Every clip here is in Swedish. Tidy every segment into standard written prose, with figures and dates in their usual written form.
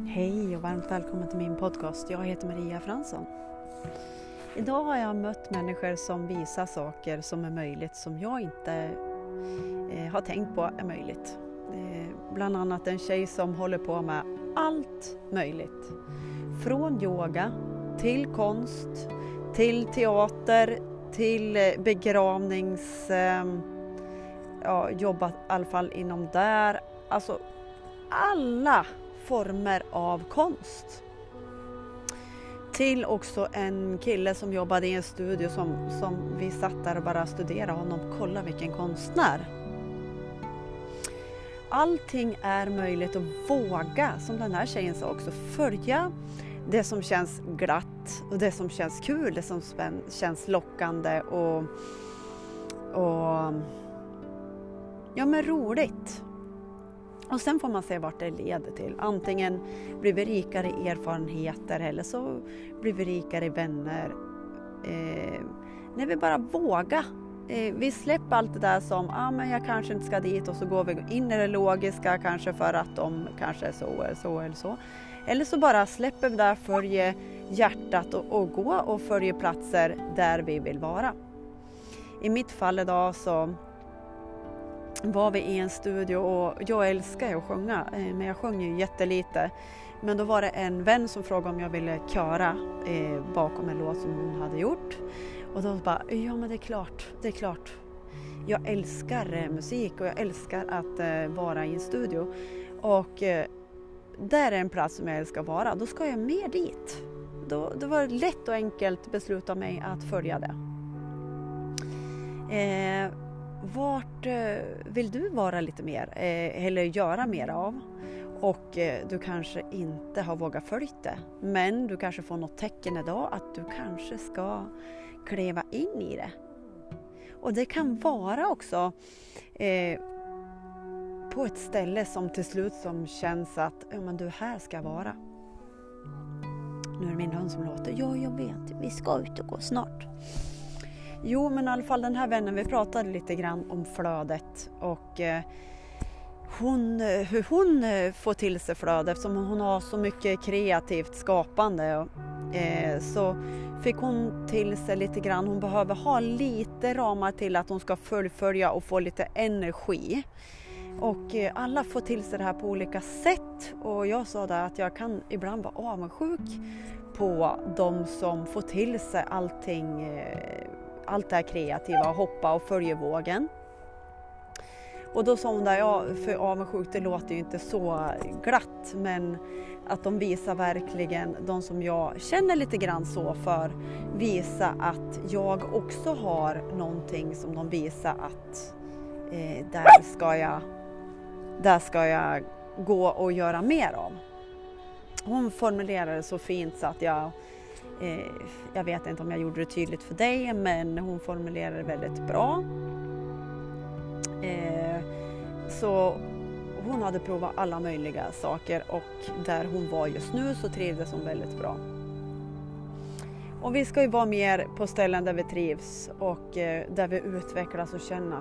Hej och varmt välkommen till min podcast. Jag heter Maria Fransson. Idag har jag mött människor som visar saker som är möjligt som jag inte har tänkt på är möjligt. Bland annat en tjej som håller på med allt möjligt. Från yoga till konst, till teater, till begravnings... jobbat i alla fall inom där. Alltså alla former av konst. Till också en kille som jobbade i en studio som vi satt där och bara studerade honom. Kolla vilken konstnär. Allting är möjligt att våga, som den här tjejen sa också, följa det som känns glatt och det som känns kul, det som känns lockande och roligt. Och sen får man se vart det leder till. Antingen blir vi rikare i erfarenheter eller så blir vi rikare i vänner. När vi bara vågar. Vi släpper allt det där som, men jag kanske inte ska dit, och så går vi in i det logiska kanske för att de kanske är så eller så. Eller så bara släpper vi där, följer hjärtat och gå och följer platser där vi vill vara. I mitt fall idag så var vi i en studio och jag älskar att sjunga, men jag sjunger ju jättelite. Men då var det en vän som frågade om jag ville köra bakom en låt som hon hade gjort. Och då bara, ja men det är klart. Jag älskar musik och jag älskar att vara i en studio. Och där är en plats som jag älskar vara, då ska jag med dit. Då var det lätt och enkelt besluta mig att följa det. Vart vill du vara lite mer eller göra mer av? Och du kanske inte har vågat följa det, men du kanske får något tecken idag att du kanske ska kliva in i det. Och det kan vara också på ett ställe som till slut som känns att men du, här ska vara. Nu är det min hund som låter. Ja, jag vet. Vi ska ut och gå snart. Jo, men i alla fall den här vännen, vi pratade lite grann om flödet och hur hon får till sig flödet, eftersom hon har så mycket kreativt skapande. Så fick hon till sig lite grann, hon behöver ha lite ramar till att hon ska fullfölja och få lite energi. Och alla får till sig det här på olika sätt, och jag sa där att jag kan ibland vara avundsjuk på de som får till sig allt det här kreativa, hoppa och följa vågen. Och då sa hon där, för avundsjuk det låter ju inte så glatt, men att de visar verkligen, de som jag känner lite grann så för, visa att jag också har någonting som de visar att där ska jag gå och göra mer av. Hon formulerade så fint så att jag vet inte om jag gjorde det tydligt för dig, men hon formulerade det väldigt bra. Så hon hade provat alla möjliga saker, och där hon var just nu så trivdes hon väldigt bra. Och vi ska ju vara mer på ställen där vi trivs och där vi utvecklas och känner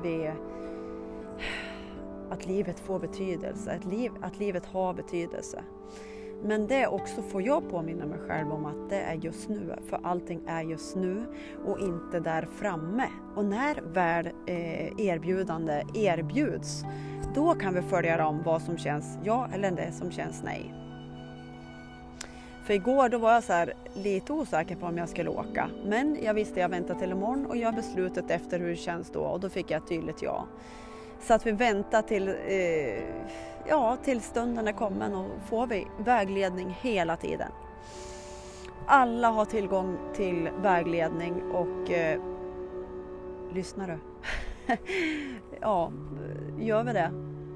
att livet får betydelse, att livet har betydelse. Men det också får jag påminna mig själv om att det är just nu. För allting är just nu och inte där framme. Och när väl erbjudande erbjuds, då kan vi följa om vad som känns ja eller det som känns nej. För igår då var jag så här lite osäker på om jag skulle åka. Men jag visste jag väntade till imorgon och jag beslutet efter hur det känns då. Och då fick jag ett tydligt ja. Så att vi väntar till stunden är kommen, och får vi vägledning hela tiden. Alla har tillgång till vägledning och lyssnar du? Ja, gör vi det?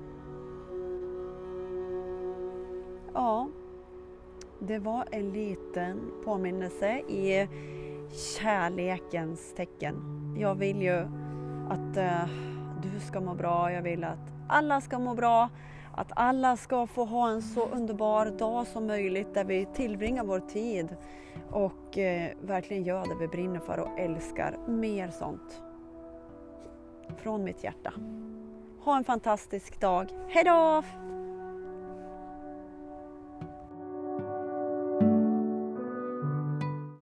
Ja, det var en liten påminnelse i kärlekens tecken. Jag vill ju att du ska må bra, jag vill att alla ska må bra, att alla ska få ha en så underbar dag som möjligt där vi tillbringar vår tid och verkligen gör det vi brinner för och älskar. Mer sånt. Från mitt hjärta. Ha en fantastisk dag. Hej då!